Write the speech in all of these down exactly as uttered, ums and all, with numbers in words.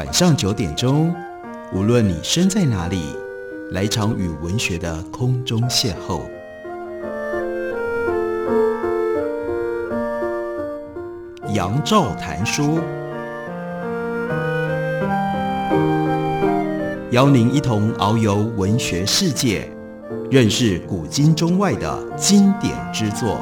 晚上九点钟，无论你身在哪里，来一场与文学的空中邂逅。杨照谈书，邀您一同遨游文学世界，认识古今中外的经典之作。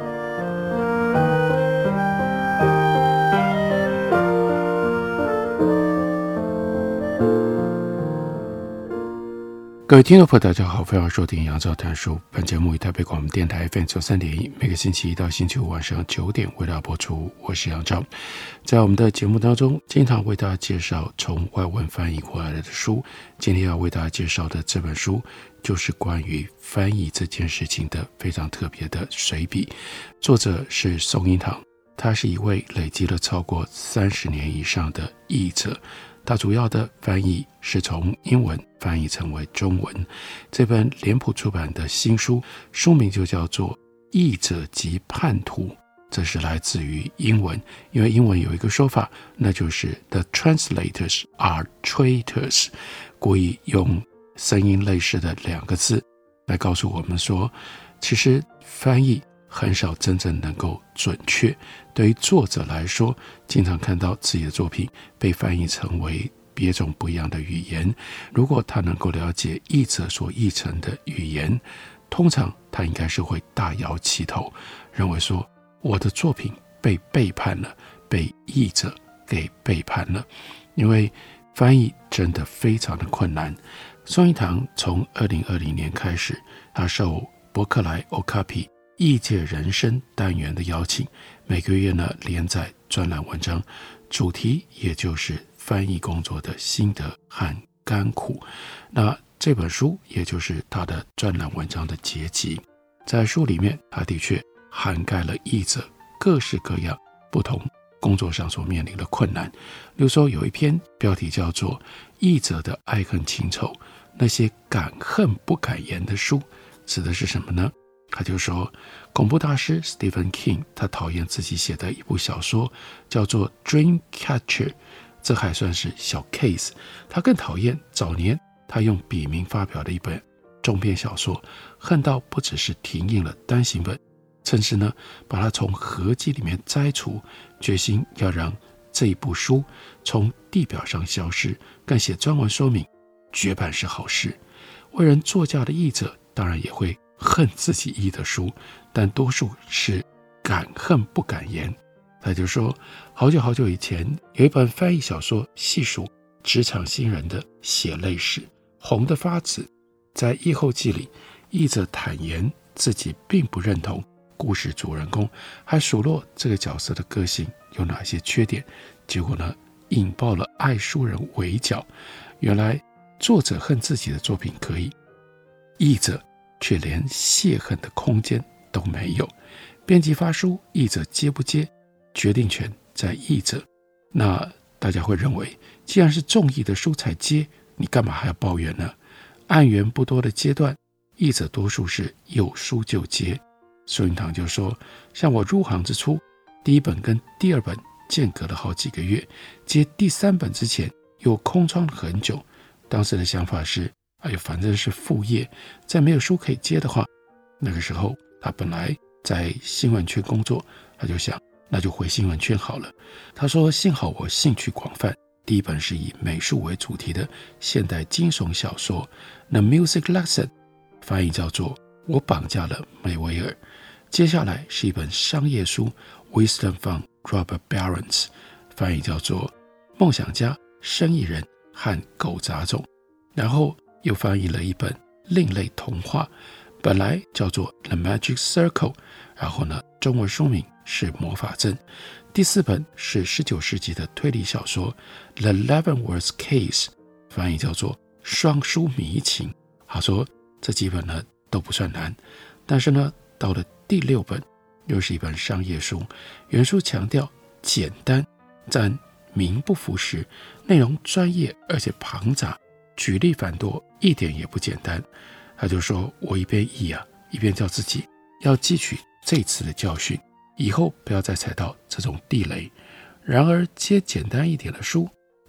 各位听众朋友大家好，欢迎收听杨照谈书。本节目以台北广播电台 F M 九三点一，每个星期一到星期五晚上九点为大家播出。我是杨照。在我们的节目当中，经常为大家介绍从外文翻译过来的书。今天要为大家介绍的这本书，就是关于翻译这件事情的非常特别的随笔。作者是宋英堂，他是一位累积了超过三十年以上的译者。他主要的翻译是从英文翻译成为中文。这本脸谱出版的新书，书名就叫做《译者及叛徒》，这是来自于英文，因为英文有一个说法，那就是 The translators are traitors， 故意用声音类似的两个字来告诉我们说，其实翻译很少真正能够准确。对于作者来说，经常看到自己的作品被翻译成为别种不一样的语言，如果他能够了解译者所译成的语言，通常他应该是会大摇其头，认为说我的作品被背叛了，被译者给背叛了。因为翻译真的非常的困难。宋英堂从二零二零年开始，他受伯克莱 Okapi 译介人生单元的邀请，每个月呢连载专栏文章，主题也就是翻译工作的心得和甘苦。那这本书也就是他的专栏文章的结集。在书里面，他的确涵盖了译者各式各样不同工作上所面临的困难。例如说有一篇标题叫做《译者的爱恨情仇》，那些敢恨不敢言的书，指的是什么呢？他就说，恐怖大师 Stephen King 他讨厌自己写的一部小说叫做 Dreamcatcher， 这还算是小 case。 他更讨厌早年他用笔名发表的一本中篇小说，恨到不只是停印了单行本，甚至呢把它从合集里面摘除，决心要让这一部书从地表上消失，更写专文说明绝版是好事。为人作家的译者当然也会恨自己译的书，但多数是敢恨不敢言。他就说，好久好久以前有一本翻译小说，细数职场新人的血泪史，红得发紫。在译后记里，译者坦言自己并不认同故事主人公，还数落这个角色的个性有哪些缺点，结果呢引爆了爱书人围剿。原来作者恨自己的作品可以，译者却连泄恨的空间都没有。编辑发书，译者接不接，决定权在译者。那大家会认为，既然是中译的书才接，你干嘛还要抱怨呢？案源不多的阶段，译者多数是有书就接。苏云堂就说，像我入行之初，第一本跟第二本间隔了好几个月，接第三本之前又空窗了很久。当时的想法是，哎呦，反正是副业，再没有书可以接的话，那个时候他本来在新闻圈工作，他就想那就回新闻圈好了。他说，幸好我兴趣广泛，第一本是以美术为主题的现代惊悚小说 The Music Lesson， 翻译叫做我绑架了梅维尔。接下来是一本商业书 Wisdom from Robert Barons， 翻译叫做梦想家、生意人和狗杂种。然后又翻译了一本另类童话，本来叫做 The Magic Circle， 然后呢中文书名是魔法阵。第四本是十九世纪的推理小说 The Leavenworth Case， 翻译叫做双书迷情。他说这几本呢都不算难，但是呢到了第六本又是一本商业书，原书强调简单，但名不符实，内容专业而且庞杂，举例繁多，一点也不简单。他就说，我一边译啊，一边叫自己要汲取这次的教训，以后不要再踩到这种地雷。然而接简单一点的书，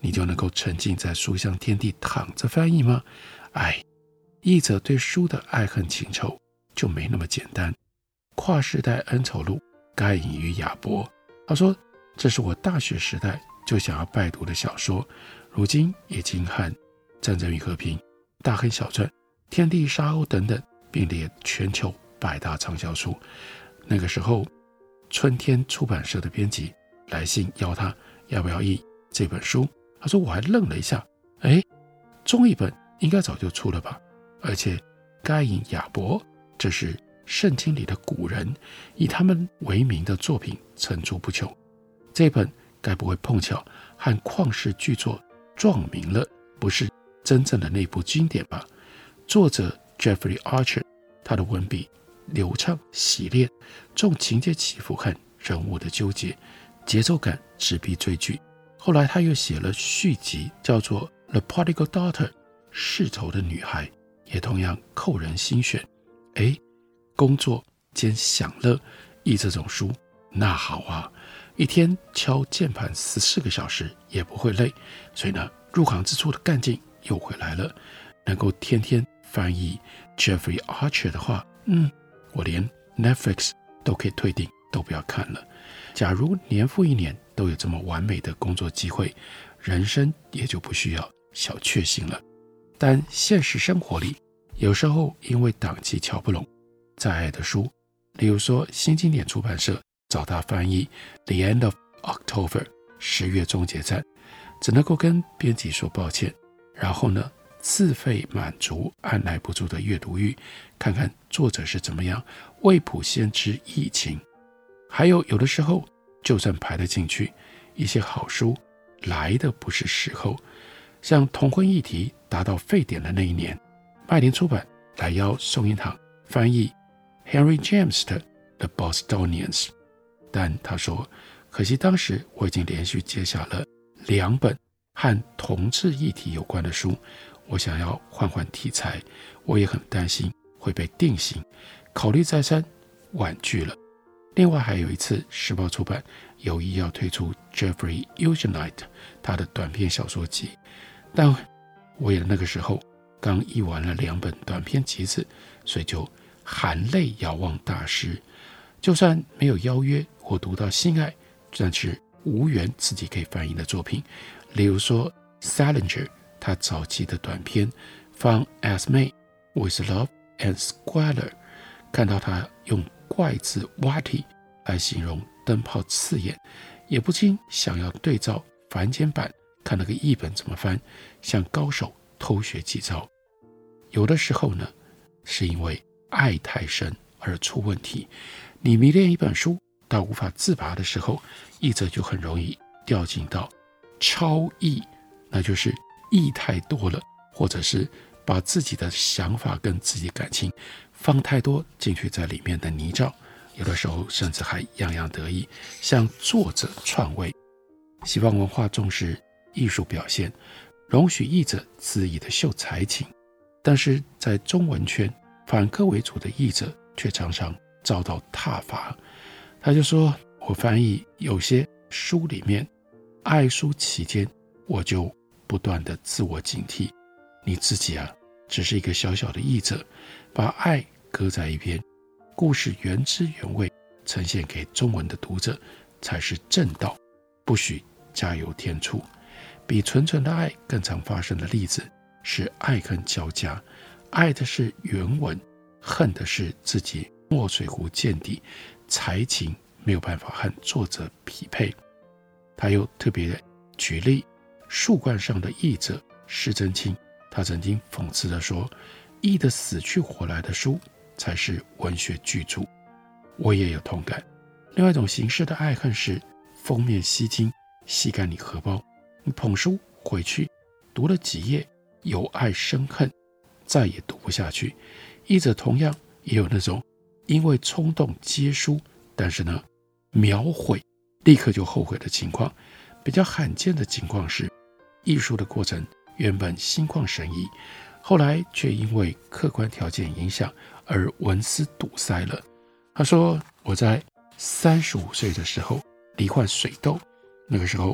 你就能够沉浸在书香天地躺着翻译吗？哎，译者对书的爱恨情仇就没那么简单。跨世代恩仇录，该隐与亚伯，他说这是我大学时代就想要拜读的小说，如今已经和战争与和平、大亨小传、天地沙鸥等等并列全球百大畅销书。那个时候春天出版社的编辑来信邀他要不要译这本书，他说我还愣了一下，哎，中译本应该早就出了吧，而且该隐亚伯这是圣经里的古人，以他们为名的作品层出不穷，这本该不会碰巧和旷世巨作撞名了，不是真正的那部经典吧？作者 Jeffrey Archer， 他的文笔流畅洗练，重情节起伏和人物的纠结，节奏感直逼追剧。后来他又写了续集，叫做 The Prodigal Daughter， 世仇的女孩，也同样扣人心弦。诶，工作兼享乐，译这种书那好啊，一天敲键盘十四个小时也不会累。所以呢，入行之初的干劲又回来了。能够天天翻译 Jeffrey Archer 的话，嗯，我连 Netflix 都可以退订，都不要看了。假如年复一年都有这么完美的工作机会，人生也就不需要小确幸了。但现实生活里，有时候因为档期瞧不拢，再爱的书，例如说新经典出版社找他翻译 The End of October 十月终结战，只能够跟编辑说抱歉，然后呢自费满足按耐不住的阅读欲，看看作者是怎么样未卜先知疫情。还有有的时候就算排得进去，一些好书来的不是时候。像同婚议题达到沸点的那一年，麦田出版来邀宋英堂翻译 Henry James 的 The Bostonians， 但他说可惜当时我已经连续接下了两本和同志议题有关的书，我想要换换题材，我也很担心会被定型，考虑再三婉拒了。另外还有一次时报出版有意要推出 Jeffrey Eugenides 他的短篇小说集，但我也那个时候刚译完了两本短篇集子，所以就含泪遥望大师。就算没有邀约或读到心爱，但是无缘自己可以翻译的作品，例如说 Salinger 他早期的短篇 From Esme with Love and Squalor， 看到他用怪字 Watty 来形容灯泡刺眼，也不禁想要对照繁简版看那个译本怎么翻，向高手偷学几招。有的时候呢，是因为爱太深而出问题。你迷恋一本书到无法自拔的时候，译者就很容易掉进到超译，那就是译太多了，或者是把自己的想法跟自己感情放太多进去在里面的泥沼，有的时候甚至还洋洋得意，向作者篡位。西方文化重视艺术表现，容许译者恣意的秀才情，但是在中文圈反客为主的译者却常常遭到挞伐。他就说，我翻译有些书里面，爱书期间我就不断的自我警惕，你自己啊只是一个小小的译者，把爱搁在一边，故事原汁原味呈现给中文的读者才是正道，不许加油添醋。比纯纯的爱更常发生的例子是爱恨交加，爱的是原文，恨的是自己墨水壶见底，才情没有办法和作者匹配。他又特别举例树冠上的译者施真卿，他曾经讽刺地说，译的死去活来的书才是文学巨著。我也有同感。另外一种形式的爱恨是封面吸睛，吸干你荷包，你捧书回去读了几页，由爱生恨，再也读不下去。译者同样也有那种因为冲动接书，但是呢秒毁立刻就后悔的情况。比较罕见的情况是，译书的过程原本心旷神怡，后来却因为客观条件影响而文思堵塞了。他说，我在三十五岁的时候罹患水痘，那个时候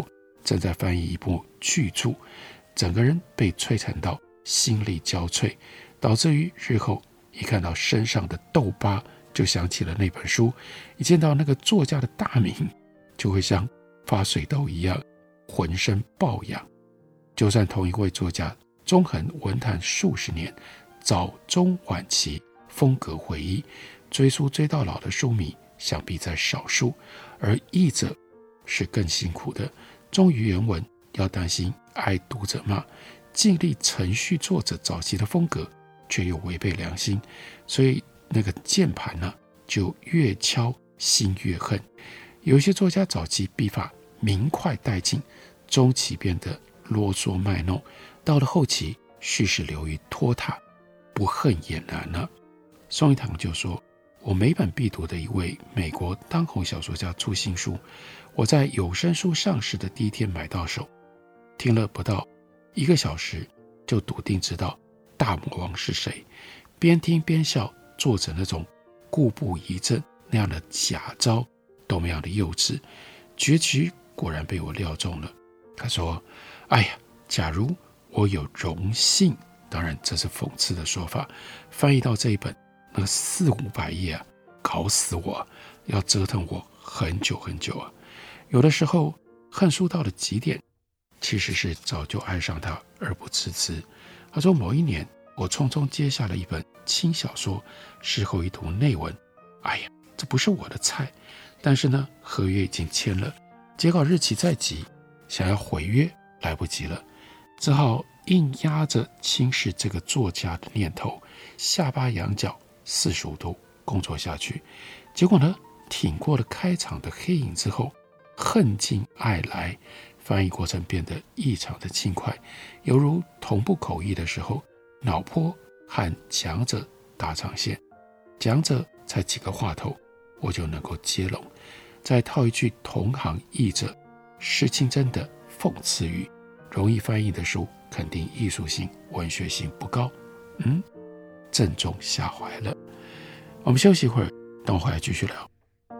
正在翻译一部巨著，整个人被摧残到心力交瘁，导致于日后一看到身上的痘疤就想起了那本书，一见到那个作家的大名就会像发水痘一样浑身爆痒。就算同一位作家纵横文坛数十年，早中晚期风格迥异，追书追到老的书迷想必在少数，而译者是更辛苦的，忠于原文要担心挨读者骂，尽力程序作者早期的风格却又违背良心，所以那个键盘呢、啊、就越敲心越恨。有些作家早期笔法明快带劲，中期变得啰嗦卖弄，到了后期叙事流于拖沓，不恨也难了。宋一堂就说，我每本必读的一位美国当红小说家出新书，我在有声书上市的第一天买到手，听了不到一个小时就笃定知道大魔王是谁，边听边笑，作者那种故布疑阵那样的假招多么样的幼稚，结局果然被我料中了。他说，哎呀，假如我有荣幸，当然这是讽刺的说法，翻译到这一本那个四五百页啊，搞死我啊，要折腾我很久很久啊。有的时候恨书到了极点，其实是早就爱上它而不自知。他说，某一年我匆匆接下了一本轻小说，事后一读内文，哎呀，这不是我的菜，但是呢，合约已经签了，截稿日期在即，想要毁约来不及了，只好硬压着轻视这个作家的念头，下巴仰角四十五度工作下去。结果呢，挺过了开场的黑影之后，恨尽爱来，翻译过程变得异常的轻快，犹如同步口译的时候，脑波和讲者搭上线，讲者才几个话头，我就能够接拢。再套一句同行译者施清真的讽刺语，容易翻译的书肯定艺术性文学性不高，嗯，正中下怀了。我们休息一会儿，等我回来继续聊。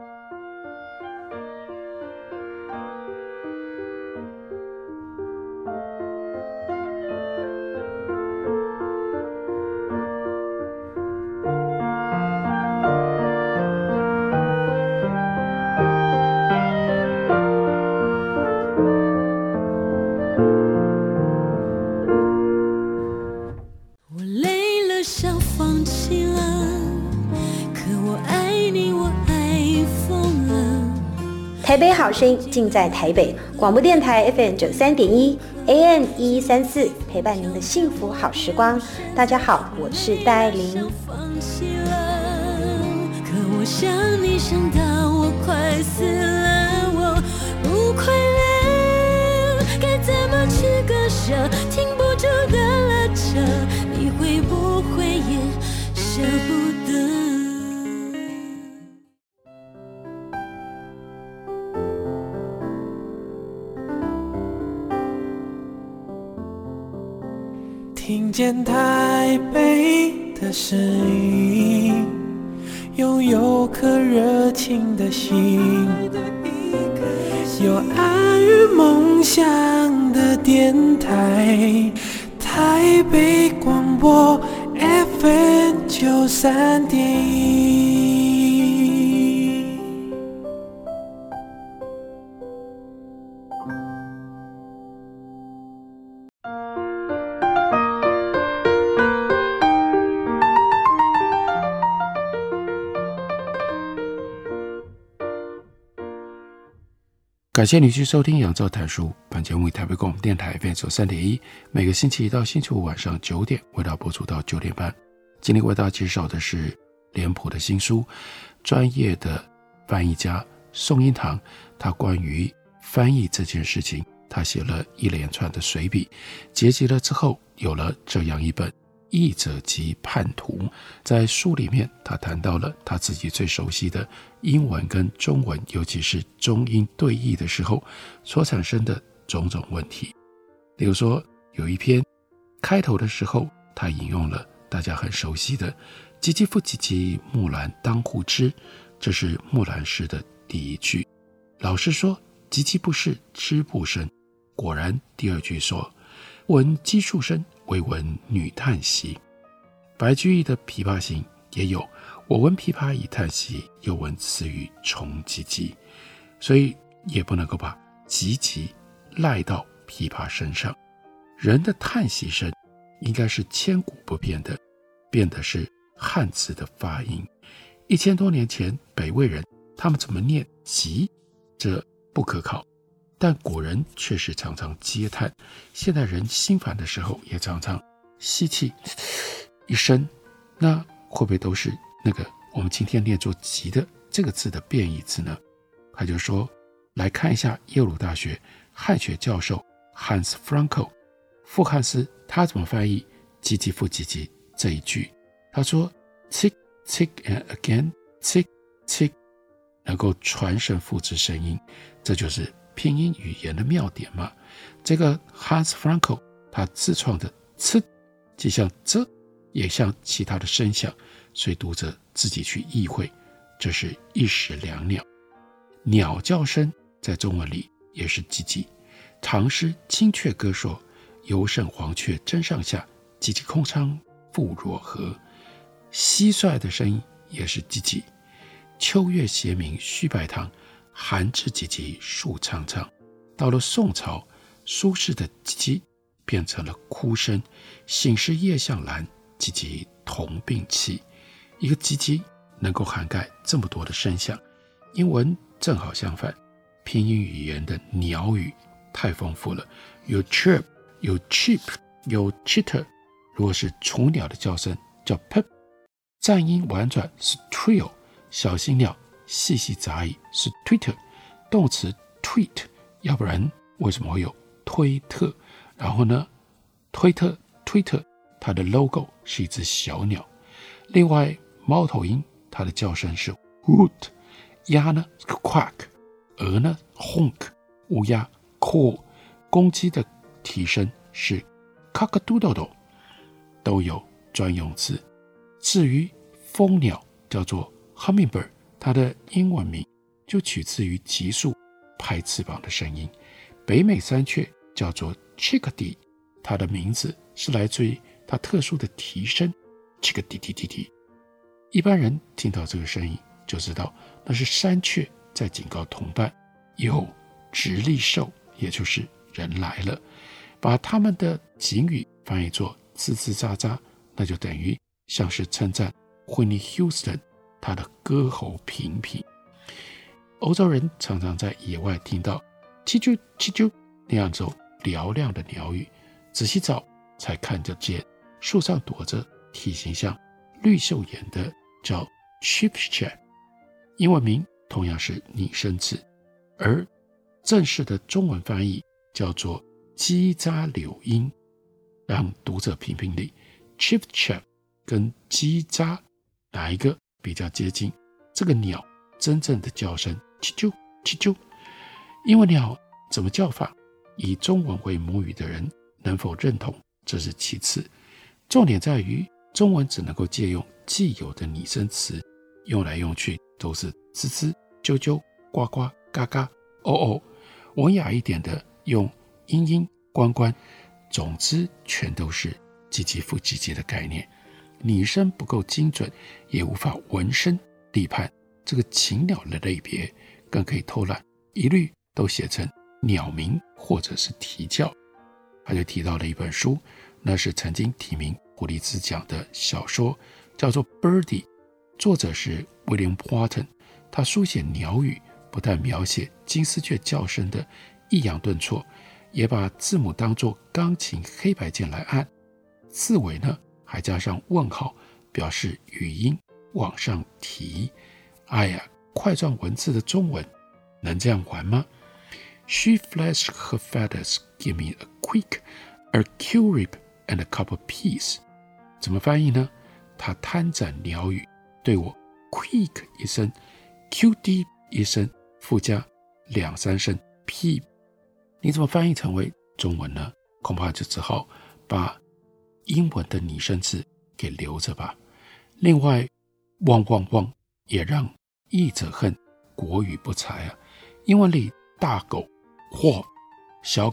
台北好声音尽在台北广播电台 F M 九十三点一 A M 一一三四，陪伴您的幸福好时光。大家好，我是戴爱玲。可我想你想到我快死了，我不快乐，该怎么去割舍？停不住的拉扯，你会不会也舍不得？ 听见台北的声音，拥有颗热情的心，有爱与梦想的电台，台北广播 F M 九十三点一。 感谢你去收听杨照谈书，本节目台北广播电台 F M 九十三点一，每个星期一到星期五晚上九点为大家播出到九点半。今天为大家介绍的是脸谱的新书，专业的翻译家宋英堂，他关于翻译这件事情，他写了一连串的随笔，结集了之后有了这样一本译者及叛徒。在书里面他谈到了他自己最熟悉的英文跟中文，尤其是中英对译的时候所产生的种种问题。比如说有一篇开头的时候，他引用了大家很熟悉的唧唧复唧唧，木兰当户织，这是木兰诗的第一句。老师说唧唧不是织不生， 果然第二句说，闻鸡数声，惟闻女叹息。白居易的琵琶行也有，我闻琵琶已叹息，又闻此语重唧唧。所以也不能够把唧唧赖到琵琶身上。人的叹息声应该是千古不变的，变的是汉字的发音。一千多年前北魏人他们怎么念急，这不可考，但古人确实常常嗟叹。现代人心烦的时候也常常吸气一声，那会不会都是那个我们今天念作急的这个字的变异字呢？他就说，来看一下耶鲁大学汉学教授 Hans Frankel 傅汉斯他怎么翻译唧唧复唧唧这一句。他说 tick tick and again tick tick 能够传声复制声音，这就是拼音语言的妙点嘛。这个 Hans Frankel 他自创的 c 既像 z 也像其他的声响，所以读者自己去意会，这是一石两鸟。鸟叫声在中文里也是唧唧。唐诗金阙歌说，犹胜黄雀争上下，唧唧空窗复若何。蟋蟀的声音也是唧唧。秋月斜明虚白堂，寒枝唧唧树苍苍。到了宋朝，苏轼的唧唧变成了哭声，醒时夜向蓝，唧唧同病泣。一个唧唧能够涵盖这么多的声响，英文正好相反，拼音语言的鸟语太丰富了，有 chirp 有 cheep 有 chitter， 如果是雏鸟的叫声叫 pip， 颤音婉转是 trill， 小型鸟细细杂语是 twitter， 动词 tweet， 要不然为什么会有推特？然后呢，推特 Twitter 它的 logo 是一只小鸟。另外猫头鹰它的叫声是 hoot， 鸭呢是 quack， 鹅呢 honk， 乌鸦 call， 公鸡的提声是 cock-a-doodle， 都有专用词。至于蜂鸟叫做 hummingbird， 它的英文名就取自于急速拍翅膀的声音。北美山雀叫做 chickadee， 它的名字是来自于它特殊的啼声 chickadee。 一般人听到这个声音就知道那是山雀在警告同伴，有直立兽，也就是人来了。把他们的警语翻译作吱吱喳喳，那就等于像是称赞 Whitney Houston 他的歌喉平平。欧洲人常常在野外听到叽啾叽啾那样种嘹亮的鸟语，仔细找才看得见树上躲着体型像绿袖眼的叫 chipchat， 英文名同样是拟声字，而正式的中文翻译叫做叽喳柳莺。让读者评评理， chipchat 跟叽喳哪一个比较接近这个鸟真正的叫声叽啾叽啾？英文鸟怎么叫法，以中文为母语的人能否认同，这是其次。重点在于中文只能够借用既有的拟声词，用来用去都是吱吱啾啾呱呱嘎嘎哦哦，文雅一点的用音音关关，总之全都是唧唧复唧唧的概念。拟声不够精准，也无法闻声立判这个禽鸟的类别，更可以偷懒，一律都写成鸟鸣或者是啼叫。他就提到了一本书，那是曾经提名普利兹奖的小说，叫做 Birdie， 作者是 William Wharton。 他书写鸟语，不但描写金丝雀叫声的抑扬顿挫，也把字母当作钢琴黑白键来按，字尾呢还加上问号，表示语音往上提。哎呀，块状文字的中文能这样玩吗？ She flashed her feathers, give me a quick, a curip and a cup of peace。 怎么翻译呢？她摊展鸟语，对我 quick 一声， qd 一声，附加两三声 p。 你怎么翻译成为中文呢？恐怕就只好把英文的拟声字给留着吧。另外，汪汪汪也让译者恨国语不才啊。英文里大狗 quack， 小狗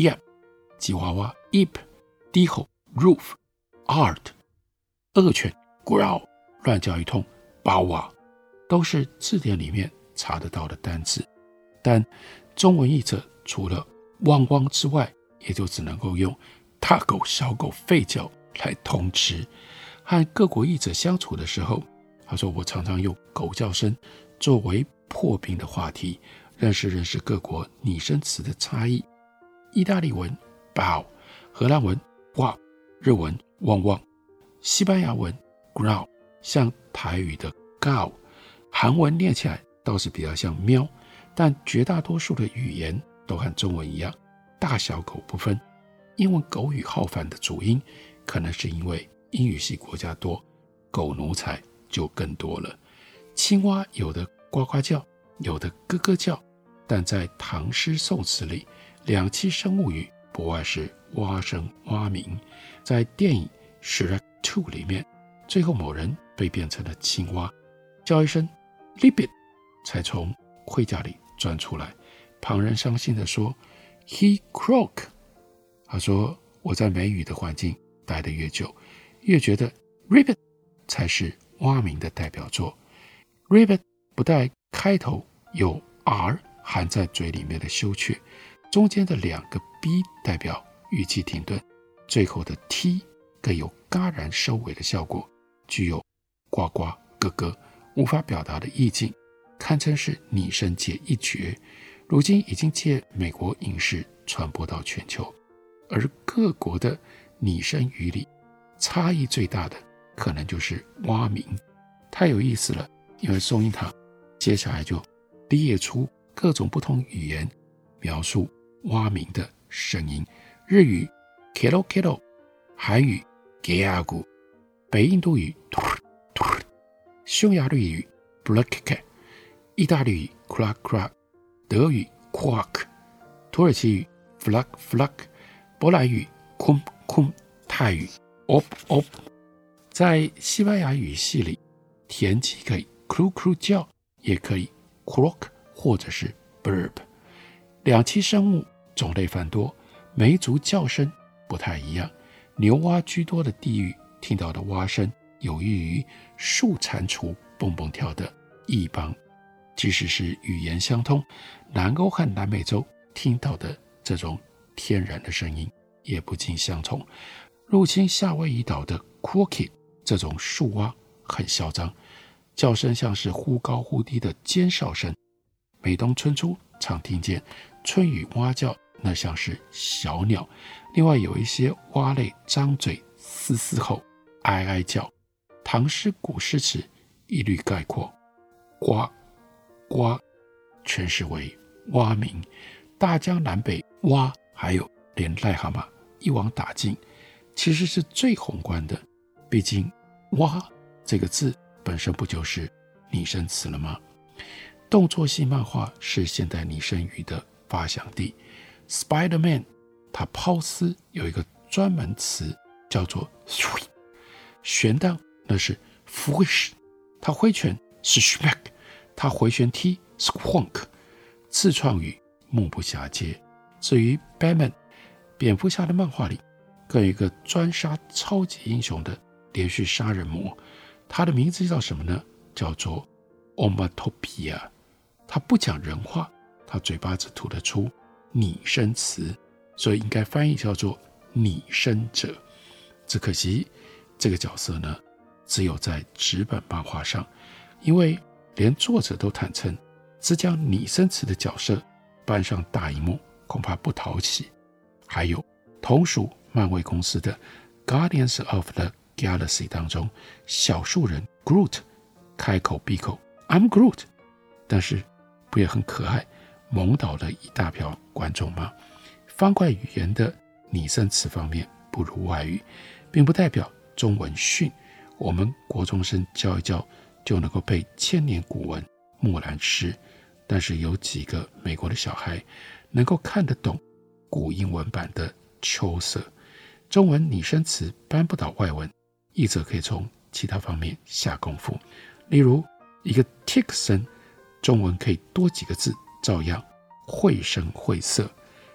yap 吉娃娃 ，ip 低吼 ，roof art 恶犬 growl 乱叫一通 ，bawa 都是字典里面查得到的单字，但中文译者除了汪汪之外，也就只能够用大狗、小狗吠叫来通知。和各国译者相处的时候，他说我常常用狗叫声作为破冰的话题，认识认识各国拟声词的差异。意大利文 bow， 荷兰文 wow， 日文汪汪，西班牙文 growl， 像台语的 gow， 韩文念起来倒是比较像喵，但绝大多数的语言都和中文一样，大小狗不分。英文狗语浩繁的主因，可能是因为英语系国家多，狗奴才就更多了。青蛙有的呱呱叫，有的咯咯叫，但在唐诗宋词里，两栖生物语不外是蛙声蛙鸣。在电影 Shrek 二里面，最后某人被变成了青蛙，叫一声 Libbit 才从盔甲里钻出来。旁人伤心地说 He croak。 他说我在美语的环境待得越久，越觉得 Ribbit 才是蛙鸣的代表作。 Ribbit 不带开头有 R 含在嘴里面的羞怯，中间的两个 B 代表语气停顿，最后的 T 更有戛然收尾的效果，具有呱呱咯咯无法表达的意境，堪称是拟声界一绝。如今已经借美国影视传播到全球。而各国的拟声语里差异最大的可能就是蛙鸣。太有意思了，因为宋英堂接下来就列出各种不同语言描述蛙鸣的声音。日语 kero kero， 韩语 geagu， 北印度语 tur tur， 匈牙利语 blakka， 意大利语 krak krak， 德语 quack， 土耳其语 flak flak，波兰语 kum kum， 泰语 op op。 在西班牙语系里，田鸡可以 cru cru 叫，也可以 croak 或者是 burp。 两栖生物种类繁多，每一族叫声不太一样。牛蛙居多的地域听到的蛙声有益于树蟾蜍蹦蹦跳的异邦，即使是语言相通，南欧和南美洲听到的这种天然的声音也不尽相同。入侵夏威夷岛的 Quokit 这种树蛙很嚣张，叫声像是忽高忽低的尖哨声。每冬春初常听见春雨蛙叫，那像是小鸟。另外有一些蛙类张嘴嘶嘶吼，哀哀叫。唐诗古诗词一律概括呱呱，诠释为蛙鸣。大江南北蛙，还有连癞蛤蟆一网打尽，其实是最宏观的。毕竟蛙这个字本身不就是拟声词了吗？动作戏漫画是现代拟声语的发祥地。 Spider-Man 他抛丝有一个专门词叫做 sweep， 旋荡那是 swish， 他挥拳是 smack， 他回旋踢是 quonk。 自创语目不暇接。至于 Batman 蝙蝠侠的漫画里更有一个专杀超级英雄的连续杀人魔，他的名字叫什么呢？叫做 Omatopia。 他不讲人话，他嘴巴只吐得出拟声词，所以应该翻译叫做拟声者。只可惜这个角色呢，只有在纸本漫画上，因为连作者都坦诚，只将拟声词的角色搬上大荧幕恐怕不讨喜。还有同属漫威公司的 Guardians of the Galaxy 当中，小树人 Groot 开口闭口 I'm Groot， 但是不也很可爱，萌倒了一大票观众吗？方块语言的拟声词方面不如外语，并不代表中文逊，我们国中生教一教就能够背千年古文木兰诗，但是有几个美国的小孩能够看得懂古英文版的秋色。中文拟声词搬不倒外文，译者可以从其他方面下功夫。例如一个 tick 声，中文可以多几个字照样绘声绘色。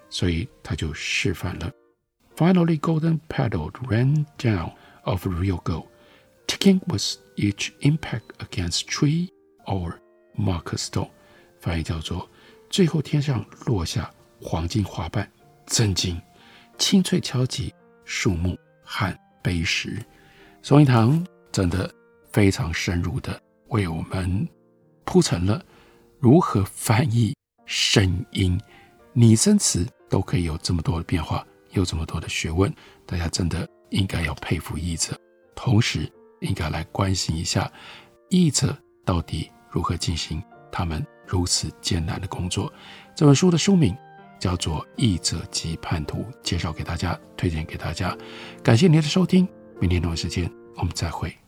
所以他就示范了。Finally, golden paddle ran down of real gold, ticking with each impact against tree or marker stone. 翻译叫做最后天上落下黄金花瓣，震惊清脆敲击树木和碑石。松一堂真的非常深入的为我们铺陈了如何翻译声音，拟声词都可以有这么多的变化，有这么多的学问，大家真的应该要佩服译者，同时应该来关心一下译者到底如何进行他们如此艰难的工作。这本书的书名叫做《译者及叛徒》，介绍给大家，推荐给大家。感谢您的收听，明天同一时间我们再会。